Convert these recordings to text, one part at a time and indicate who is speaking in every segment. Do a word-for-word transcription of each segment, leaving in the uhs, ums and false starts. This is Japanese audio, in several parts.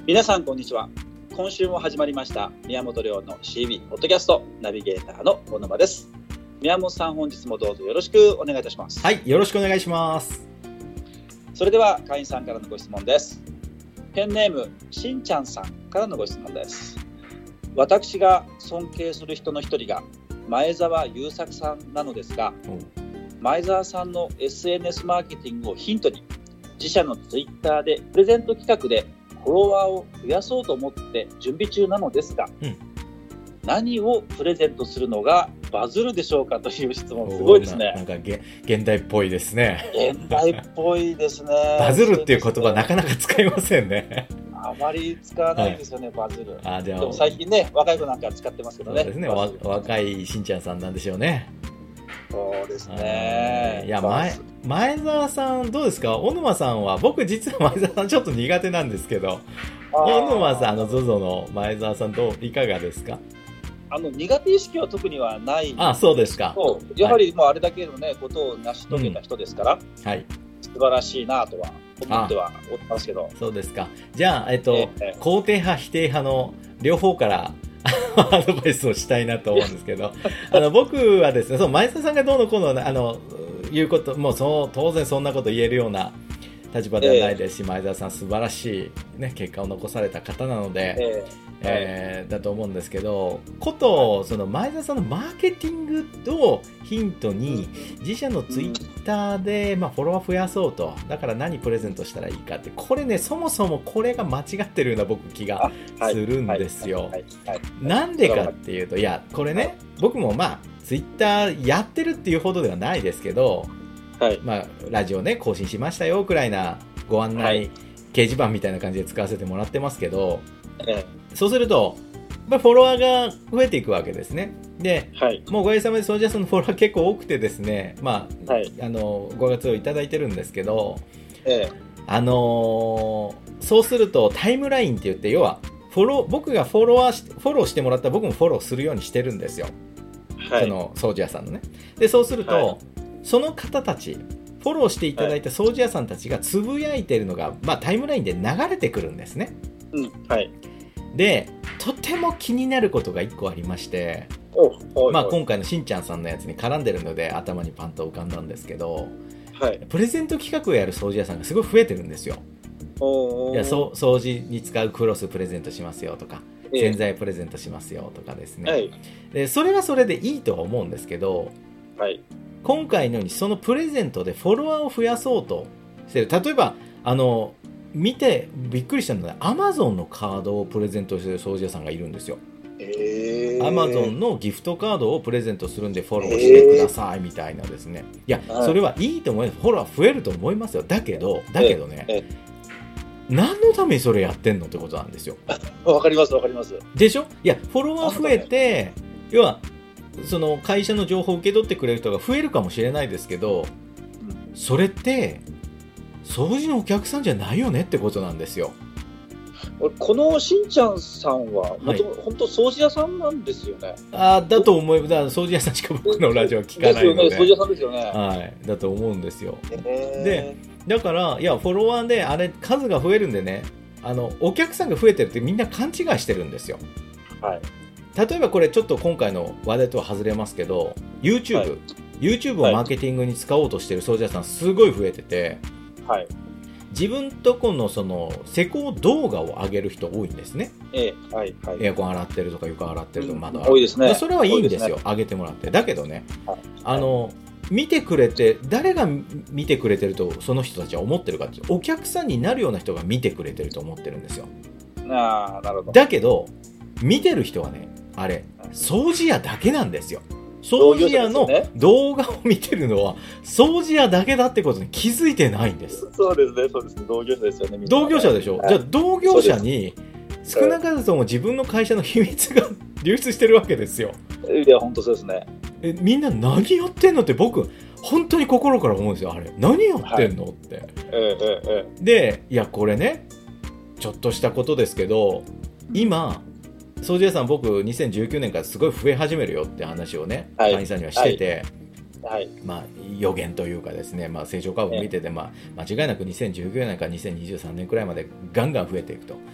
Speaker 1: 皆さんこんにちは。今週も始まりました宮本亮の シービー ポッドキャストナビゲーターの小沼です。宮本さん、本日もどうぞよろしくお願いいたします。
Speaker 2: はい、よろしくお願いします。
Speaker 1: それでは会員さんからのご質問です。ペンネームしんちゃんさんからのご質問です。私が尊敬する人の一人が前澤友作さんなのですが、前澤さんの エスエヌエス マーケティングをヒントに自社のツイッターでプレゼント企画でフォロワーを増やそうと思って準備中なのですが、うん、何をプレゼントするのがバズるでしょうかという質問。すごいですね。
Speaker 2: な, なんか現代っぽいですね。
Speaker 1: 現代っぽいですね。
Speaker 2: バズるっていう言葉なかなか使いませんね。
Speaker 1: あまり使わないですよね、はい、バズる。
Speaker 2: あでも、
Speaker 1: でも最近ね、若い子なんか使ってますけどね。
Speaker 2: そうですね、若いしんちゃんさんなんでしょうね。
Speaker 1: そうですね。
Speaker 2: いや、前前澤さんどうですか。小沼さんは、僕実は前澤さんちょっと苦手なんですけど、小沼さん、あの ゾゾ の前澤さんどういかがですか。
Speaker 1: あの苦手意識は特にはない。
Speaker 2: あ、そうですか。
Speaker 1: やはりもうあれだけのね、ことを成し遂げた人ですから、うん、はい、素晴らしいなとは思ってはおりますけど。
Speaker 2: そうですか。じゃあ、えっと、ええ、肯定派否定派の両方からアドバイスをしたいなと思うんですけど、あの僕はですね、そう前澤さんがどうのこうのあの言うこともうそう当然そんなこと言えるような立場ではないですし、えー、前澤さん素晴らしい、ね、結果を残された方なので、えーえー、だと思うんですけど、ことその前澤さんのマーケティングをヒントに自社のツイッターで、まあ、フォロワー増やそうと。だから何プレゼントしたらいいかって、これね、そもそもこれが間違ってるような僕気がするんですよ。なんでかっていうと、いやこれね、僕もまあツイッターやってるっていうほどではないですけど、はい、まあ、ラジオね更新しましたよくらいなご案内掲示板みたいな感じで使わせてもらってますけど、はい、そうすると、まあ、フォロワーが増えていくわけですね。で、はい、もうおかげさまでソージャーさんのフォロワー結構多くてですね、まあ、はい、あのごがつをいただいてるんですけど、ええ、あのー、そうするとタイムラインって言って、要はフォロー僕がフォロワーしフォローしてもらったら僕もフォローするようにしてるんですよ、はい、そのソージャーさんのね。でそうすると、はい、その方たちフォローしていただいたソージャーさんたちがつぶやいているのが、まあ、タイムラインで流れてくるんですね、うん、はい。でとても気になることがいっこありまして、まあ、今回のしんちゃんさんのやつに絡んでるので頭にパンと浮かんだんですけど、はい、プレゼント企画をやる掃除屋さんがすごい増えてるんですよ。いやそ掃除に使うクロスプレゼントしますよとか、えー、洗剤プレゼントしますよとかですね、はい、でそれはそれでいいとは思うんですけど、はい、今回のようにそのプレゼントでフォロワーを増やそうとしてる。例えばあの見てびっくりしたのは Amazon のカードをプレゼントしてる掃除屋さんがいるんですよ。えー、Amazon のギフトカードをプレゼントするんでフォローしてくださいみたいなですね。いやそれはいいと思います。フォロワー増えると思いますよ。だけどだけどね、えーえー、何のためにそれやってんのってことなんですよ。
Speaker 1: わかりますわかります
Speaker 2: でしょ。いやフォロワー増えて、要はその会社の情報を受け取ってくれる人が増えるかもしれないですけど、それって掃除のお客さんじゃないよねってことなんですよ。
Speaker 1: このしんちゃんさんはもともと本当掃除屋さんなんですよね。
Speaker 2: あだと思います。掃除屋さんしか僕のラジオは聞かないので。
Speaker 1: ですよね、掃除屋さんですよね。
Speaker 2: はい、だと思うんですよ。でだからいやフォロワーであれ数が増えるんでね、あのお客さんが増えてるってみんな勘違いしてるんですよ。はい。例えばこれちょっと今回の話題とは外れますけど YouTube、はい、YouTube をマーケティングに使おうとしてる掃除屋さんすごい増えてて、はい、自分とこのその施工動画を上げる人多いんですね、ええはいはい、エアコン洗ってるとか床洗ってるとか窓洗ってる、うん、多いですね。それはいいんですよ、ね、上げてもらって。だけどね、はい、あの見てくれて誰が見てくれてるとその人たちは思ってるかっていうと、お客さんになるような人が見てくれてると思ってるんですよ。あなるほど。だけど見てる人はねあれ掃除屋だけなんですよ。掃除屋の動画を見てるのは掃除屋だけだってことに気づいてないんです。
Speaker 1: そうですね、そうですね、同業者ですよね。
Speaker 2: 同業者でしょ、はい、じゃあ同業者に少なからずとも自分の会社の秘密が流出してるわけですよ。
Speaker 1: いや本当そうですね。
Speaker 2: えみんな何やってんのって僕本当に心から思うんですよ。あれ何やってんの、はい、って、えーえー、でいやこれねちょっとしたことですけど、今掃除屋さん僕にせんじゅうきゅうねんからすごい増え始めるよって話をね、はい、会員さんにはしてて、はいはい、まあ予言というかですね、まあ、成長カーブ見てて、まあ、間違いなくにせんじゅうきゅうねんからにせんにじゅうさんねんくらいまでガンガン増えていくと。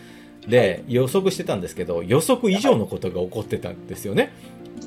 Speaker 2: で、
Speaker 1: はい、
Speaker 2: 予測してたんですけど、予測以上のことが起こってたんですよね。はい、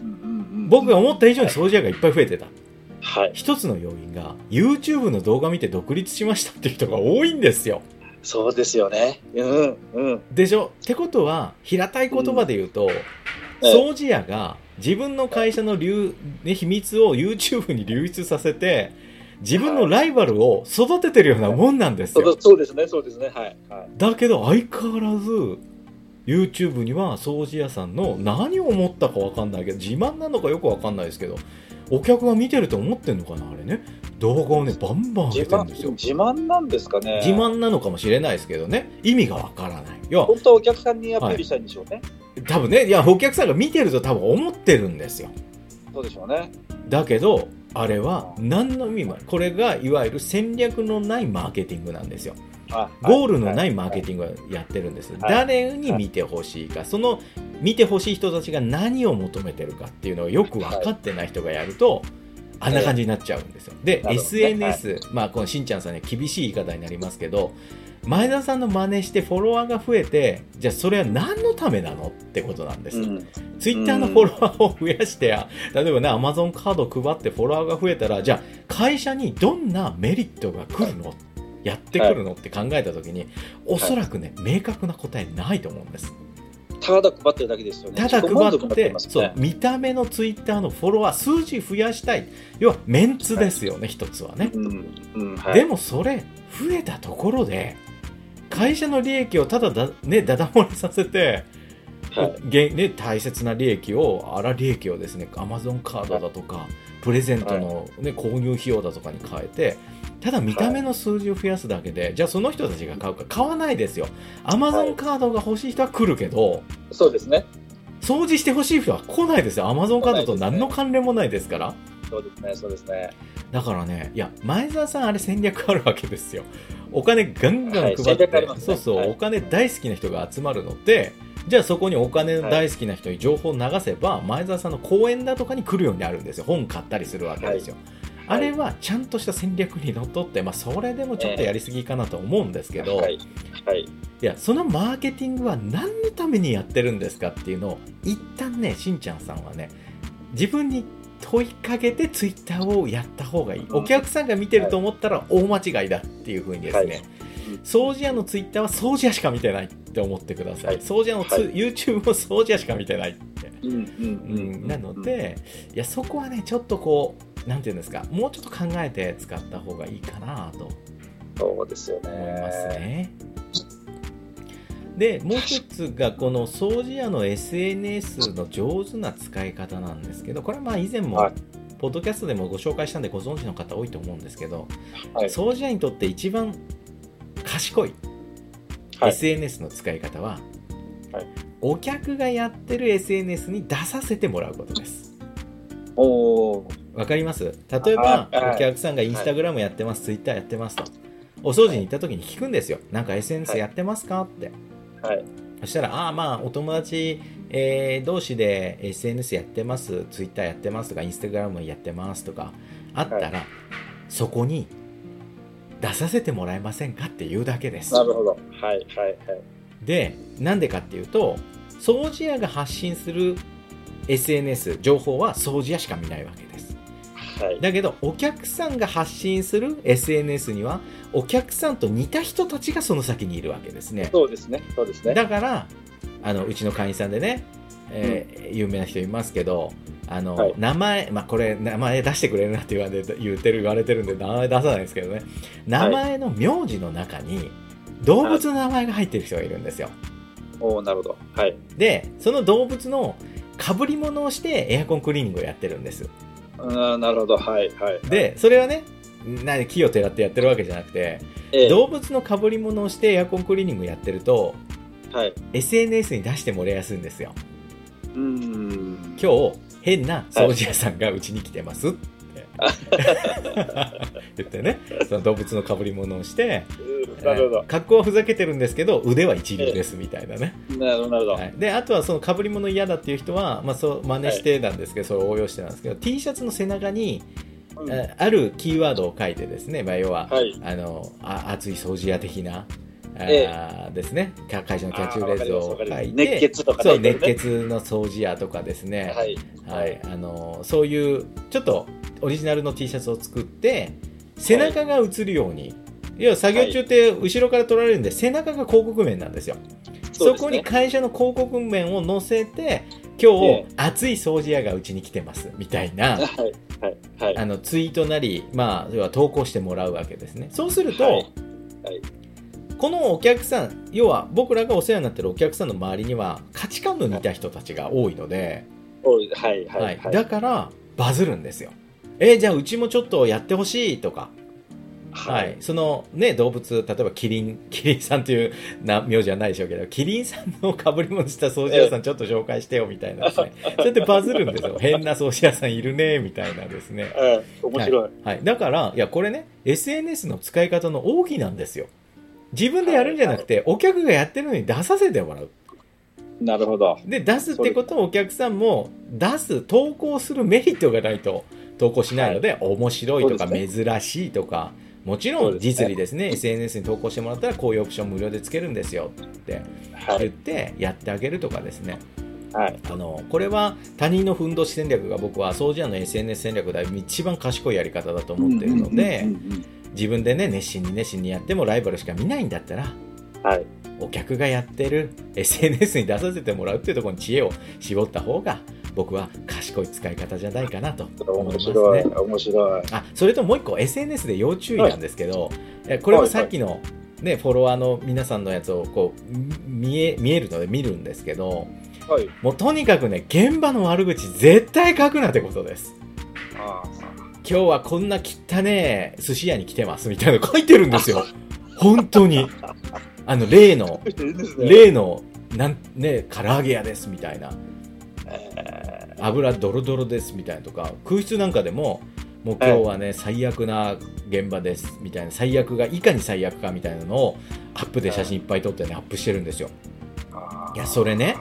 Speaker 2: 僕が思った以上に掃除屋がいっぱい増えてた。はい、一つの要因が YouTube の動画見て独立しましたっていう人が多いんですよ。
Speaker 1: そうですよね。うんうん。
Speaker 2: でしょ。ってことは平たい言葉で言うと、うん、掃除屋が自分の会社の流、ね、秘密を YouTube に流出させて自分のライバルを育ててるようなもんなんですよ。
Speaker 1: はい、そうですね、そうですね。はい。はい、
Speaker 2: だけど相変わらず YouTube には掃除屋さんの何を思ったか分かんないけど、自慢なのかよく分かんないですけど、お客が見てると思ってんのかなあれね。動画をねバンバン上げてるんですよ。
Speaker 1: 自慢、自慢なんですかね。
Speaker 2: 自慢なのかもしれないですけどね。意味が分からない。いや
Speaker 1: 本当はお客さんにアピールしたいんでしょうね。
Speaker 2: はい、多分ね、いやお客さんが見てると多分思ってるんですよ。
Speaker 1: そうでしょうね。
Speaker 2: だけどあれは何の意味もない。これがいわゆる戦略のないマーケティングなんですよ。ゴールのないマーケティングをやってるんです、はい、誰に見てほしいか、その見てほしい人たちが何を求めてるかっていうのをよく分かってない人がやると、はい、あんな感じになっちゃうんですよ。で、ね、エスエヌエス、はい、まあこのしんちゃんさんね厳しい言い方になりますけど、前田さんの真似してフォロワーが増えて、じゃあそれは何のためなのってことなんです、うん、ツイッターのフォロワーを増やして、うん、例えばね Amazon カードを配ってフォロワーが増えたら、じゃあ会社にどんなメリットが来るの、やってくるのって考えたときに、はい、おそらくね、はい、明確な答えないと思うんです。
Speaker 1: ただ配ってるだけですよね。
Speaker 2: ただ配って、ね、そう見た目のツイッターのフォロワー数字増やしたい、要はメンツですよね、はい、一つはね、うんうんはい、でもそれ増えたところで会社の利益をただだ、ね、だだ漏れさせて、はいね、大切な利益を荒利益をですね Amazon カードだとか、はい、プレゼントの、ね、購入費用だとかに変えて、ただ見た目の数字を増やすだけで、はい、じゃあその人たちが買うか買わないですよ。 Amazon カードが欲しい人は来るけど、はい、
Speaker 1: そうですね、
Speaker 2: 掃除して欲しい人は来ないですよ。 Amazon カードと何の関連もないですから。
Speaker 1: そうですね、そうですね。
Speaker 2: だからね、いや前澤さんあれ戦略あるわけですよ。お金ガンガン配って、はいね、そうそう、はい、お金大好きな人が集まるので、じゃあそこにお金大好きな人に情報を流せば、はい、前澤さんの講演だとかに来るようになるんですよ。本買ったりするわけですよ、はい、あれはちゃんとした戦略にのっとって、まあ、それでもちょっとやりすぎかなと思うんですけど、はいはい、いやそのマーケティングは何のためにやってるんですかっていうのを一旦ね、しんちゃんさんはね自分に問いかけてツイッターをやった方がいい。お客さんが見てると思ったら大間違いだっていう風にですね、はい、掃除屋のツイッターは掃除屋しか見てないって思ってください、はい、掃除屋のツ、はい、YouTube も掃除屋しか見てないって、うんうんうん、なのでいやそこはねちょっとこうなんていうんですか、もうちょっと考えて使った方がいいかなと
Speaker 1: そうですよね
Speaker 2: 思いますね。でもう一つがこの掃除屋の エスエヌエス の上手な使い方なんですけど、これはまあ以前もポッドキャストでもご紹介したんでご存知の方多いと思うんですけど、はい、掃除屋にとって一番賢い エスエヌエス の使い方は、はい、お客がやってる エスエヌエス に出させてもらうことです。おー、わかります？例えばお客さんがインスタグラムやってます、ツイッターやってますとお掃除に行った時に聞くんですよ。なんか エスエヌエス やってますかって、はい、そしたらああまあお友達、えー、同士で エスエヌエス やってます、ツイッターやってますとかインスタグラムやってますとかあったら、はい、そこに出させてもらえませんかっていうだけです。
Speaker 1: なるほど、はいはいはい。
Speaker 2: でなんでかっていうと、掃除屋が発信する エスエヌエス 情報は掃除屋しか見ないわけです、はい、だけどお客さんが発信する エスエヌエス にはお客さんと似た人たちがその先にいるわけですね。
Speaker 1: そうですね、そうですね。
Speaker 2: だからあのうちの会員さんでね、えーうん、有名な人いますけど、あの、はい、名前、まあ、これ名前出してくれるなって言われて言ってる言われてるんで名前出さないですけどね、名前の名字の中に動物の名前が入ってる人がいるんですよ。
Speaker 1: おー、なるほど、はい。
Speaker 2: でその動物の被り物をしてエアコンクリーニングをやってるんです。
Speaker 1: あ、なるほど、はいはい。
Speaker 2: でそれはね、何木をてらってやってるわけじゃなくて、ええ、動物の被り物をしてエアコンクリーニングやってると、はい、エスエヌエス に出してもらいやすいんですよ。うーん、今日変な掃除屋さんがうちに来てますって、はい、言ってね、その動物の被り物をして、なるほど、格好はふざけてるんですけど腕は一流ですみたいなね、ええ、
Speaker 1: なるほどなるほど、
Speaker 2: はい、であとはその被り物嫌だっていう人は、まあ、そう真似してなんですけど、はい、それを応用してなんですけど T シャツの背中に、うん、あるキーワードを書いてですね、まあ、要は、はい、あのあ熱い掃除屋的なえー、ですね、会社のキャッチフレーズを書いて、
Speaker 1: 熱血とかね、
Speaker 2: そう、熱血の掃除屋とかですね、
Speaker 1: はい
Speaker 2: はい、あのそういうちょっとオリジナルの T シャツを作って背中が映るように、要は作業中って後ろから撮られるんで、背中が広告面なんですよ。そこに会社の広告面を載せて、今日熱い掃除屋がうちに来てますみたいな、はいはいはい、あのツイートなり、まあ、要は投稿してもらうわけですね。そうすると、はいはい、このお客さん、要は僕らがお世話になっているお客さんの周りには価値観の似た人たちが多いので、
Speaker 1: はいはいはいはい、
Speaker 2: だからバズるんですよ。えー、じゃあうちもちょっとやってほしいとか、はい、そのね、動物、例えばキリン、キリンさんというな名字はないでしょうけど、キリンさんの被り物した掃除屋さんちょっと紹介してよみたいなですね、そうやってバズるんですよ。変な掃除屋さんいるねみたいなですね、
Speaker 1: えー、面白い、
Speaker 2: はいはい、だからいやこれね エスエヌエス の使い方の奥義なんですよ。自分でやるんじゃなくて、はいはい、お客がやってるのに出させてもらう。
Speaker 1: なるほど。
Speaker 2: で出すってことはお客さんも出す、投稿するメリットがないと投稿しないので、はい、面白いとか、ね、珍しいとか、もちろん実利ですね、 エスエヌエス に投稿してもらったらこういうオプション無料でつけるんですよって言ってやってあげるとかですね、はい、あのこれは他人のふんどし戦略が僕は掃除屋の エスエヌエス 戦略で一番賢いやり方だと思っているので、自分でね熱心に熱心にやってもライバルしか見ないんだったら、はい、お客がやってる エスエヌエス に出させてもらうっていうところに知恵を絞った方が僕は賢い使い方じゃないかなと思いますね。面白い、面白い。あ、それともう一個 エスエヌエス で要注意なんですけど、はい、これもさっきの、ね、フォロワーの皆さんのやつをこう見え、見えるので見るんですけど、はい、もうとにかくね現場の悪口絶対書くなってことです。あ、今日はこんな汚ね寿司屋に来てますみたいなの書いてるんですよ。本当にあの例の例のなんね唐揚げ屋ですみたいな、えー、油ドロドロですみたいなとか、空室なんかでももう今日はね、えー、最悪な現場ですみたいな、最悪がいかに最悪かみたいなのをアップで写真いっぱい撮ってねアップしてるんですよ。いやそれね、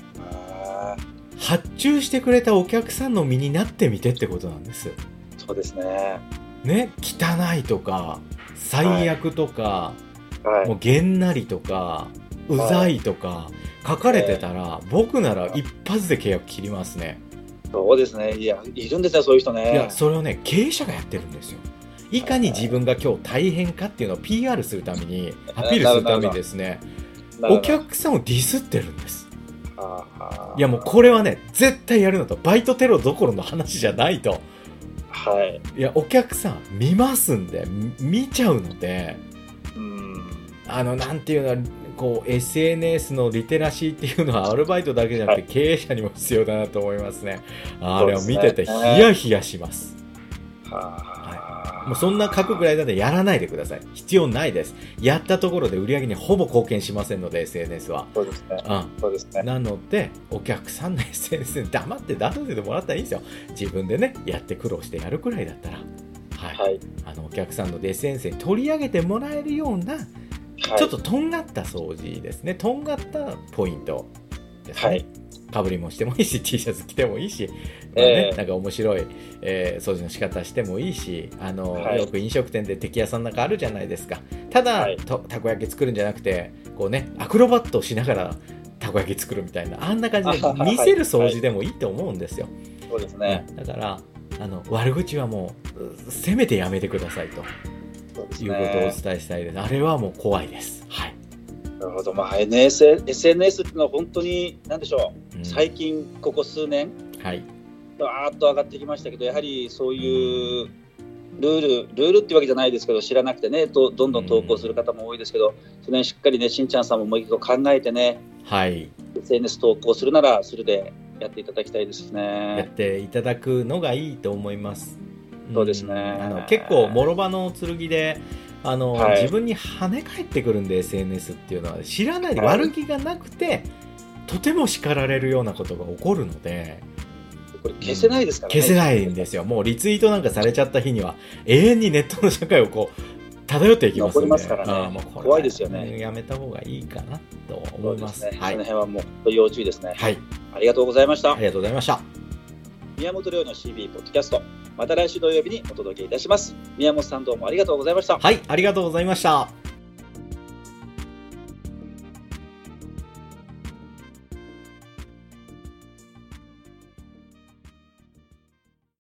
Speaker 2: 発注してくれたお客さんの身になってみてってことなんです。
Speaker 1: そうですね。
Speaker 2: ね、汚いとか最悪とか、はいはい、もうげんなりとかうざいとか、はい、書かれてたら、はい、僕なら一発で契約切りますね。
Speaker 1: そうですね。いやいるんですよそういう人ね。
Speaker 2: いやそれをね経営者がやってるんですよ。いかに自分が今日大変かっていうのを ピーアール するためにアピールするためにですね、お客さんをディスってるんです。いやもうこれはね絶対やるのとバイトテロどころの話じゃないと、はい、いやお客さん見ますんで見ちゃうので、うーんあのなんていうのこう エスエヌエス のリテラシーっていうのはアルバイトだけじゃなくて経営者にも必要だなと思いますね。あれを見ててヒヤヒヤします。はい、もうそんな書くぐらいなんでやらないでください。必要ないです。やったところで売り上げにほぼ貢献しませんので エスエヌエス は。そうですね。うん、そうですね。なのでお客さんの エスエヌエス に黙って出させてもらったらいいんですよ。自分でねやって苦労してやるくらいだったら、はいはい、あのお客さんの エスエヌエス に取り上げてもらえるような、はい、ちょっととんがった掃除ですね。とんがったポイントですね。はい、かぶりもしてもいいし T シャツ着てもいいし、まあねえー、なんか面白い、えー、掃除の仕方してもいいし、あの、はい、よく飲食店で敵屋さんなんかあるじゃないですか。ただ、はい、とたこ焼き作るんじゃなくてこうねアクロバットをしながらたこ焼き作るみたいな、あんな感じで見せる掃除でもいいと思うんですよ。そうですね。だからあの悪口はもうせめてやめてくださいと、そうですね、いうことをお伝えしたいです。あれはもう怖いです。はい。
Speaker 1: なるほど。まあ、エスエヌエス っていうのは本当に何でしょう、うん、最近ここ数年、はい、バーッと上がってきましたけど、やはりそういうルールルールっていうわけじゃないですけど、知らなくてねとどんどん投稿する方も多いですけど、うん、その辺しっかりねしんちゃんさんももう一度考えてね、はい、エスエヌエス 投稿するならそれでやっていただきたいですね。
Speaker 2: やっていただくのがいいと思います。
Speaker 1: そうですね。
Speaker 2: あの結構諸刃の剣であの、はい、自分に跳ね返ってくるんで エスエヌエス っていうのは知らないで、はい、悪気がなくてとても叱られるようなことが起こるので、
Speaker 1: これ消せないですからね。
Speaker 2: 消せないんですよ。もうリツイートなんかされちゃった日には永遠にネットの社会をこう漂っていきますので、
Speaker 1: 残りますからね。あもうこれ怖いですよね。
Speaker 2: やめた方がいいかなと思います。
Speaker 1: そうですね。
Speaker 2: はい、
Speaker 1: その辺はもう要注意ですね。
Speaker 2: はい。
Speaker 1: ありがとうございました。
Speaker 2: ありがとうございました。
Speaker 1: 宮本亮の シービー ポッドキャスト、また来週土曜日にお届けいたします。宮本さんどうもありがとうございました。
Speaker 2: はい、ありがとうございました。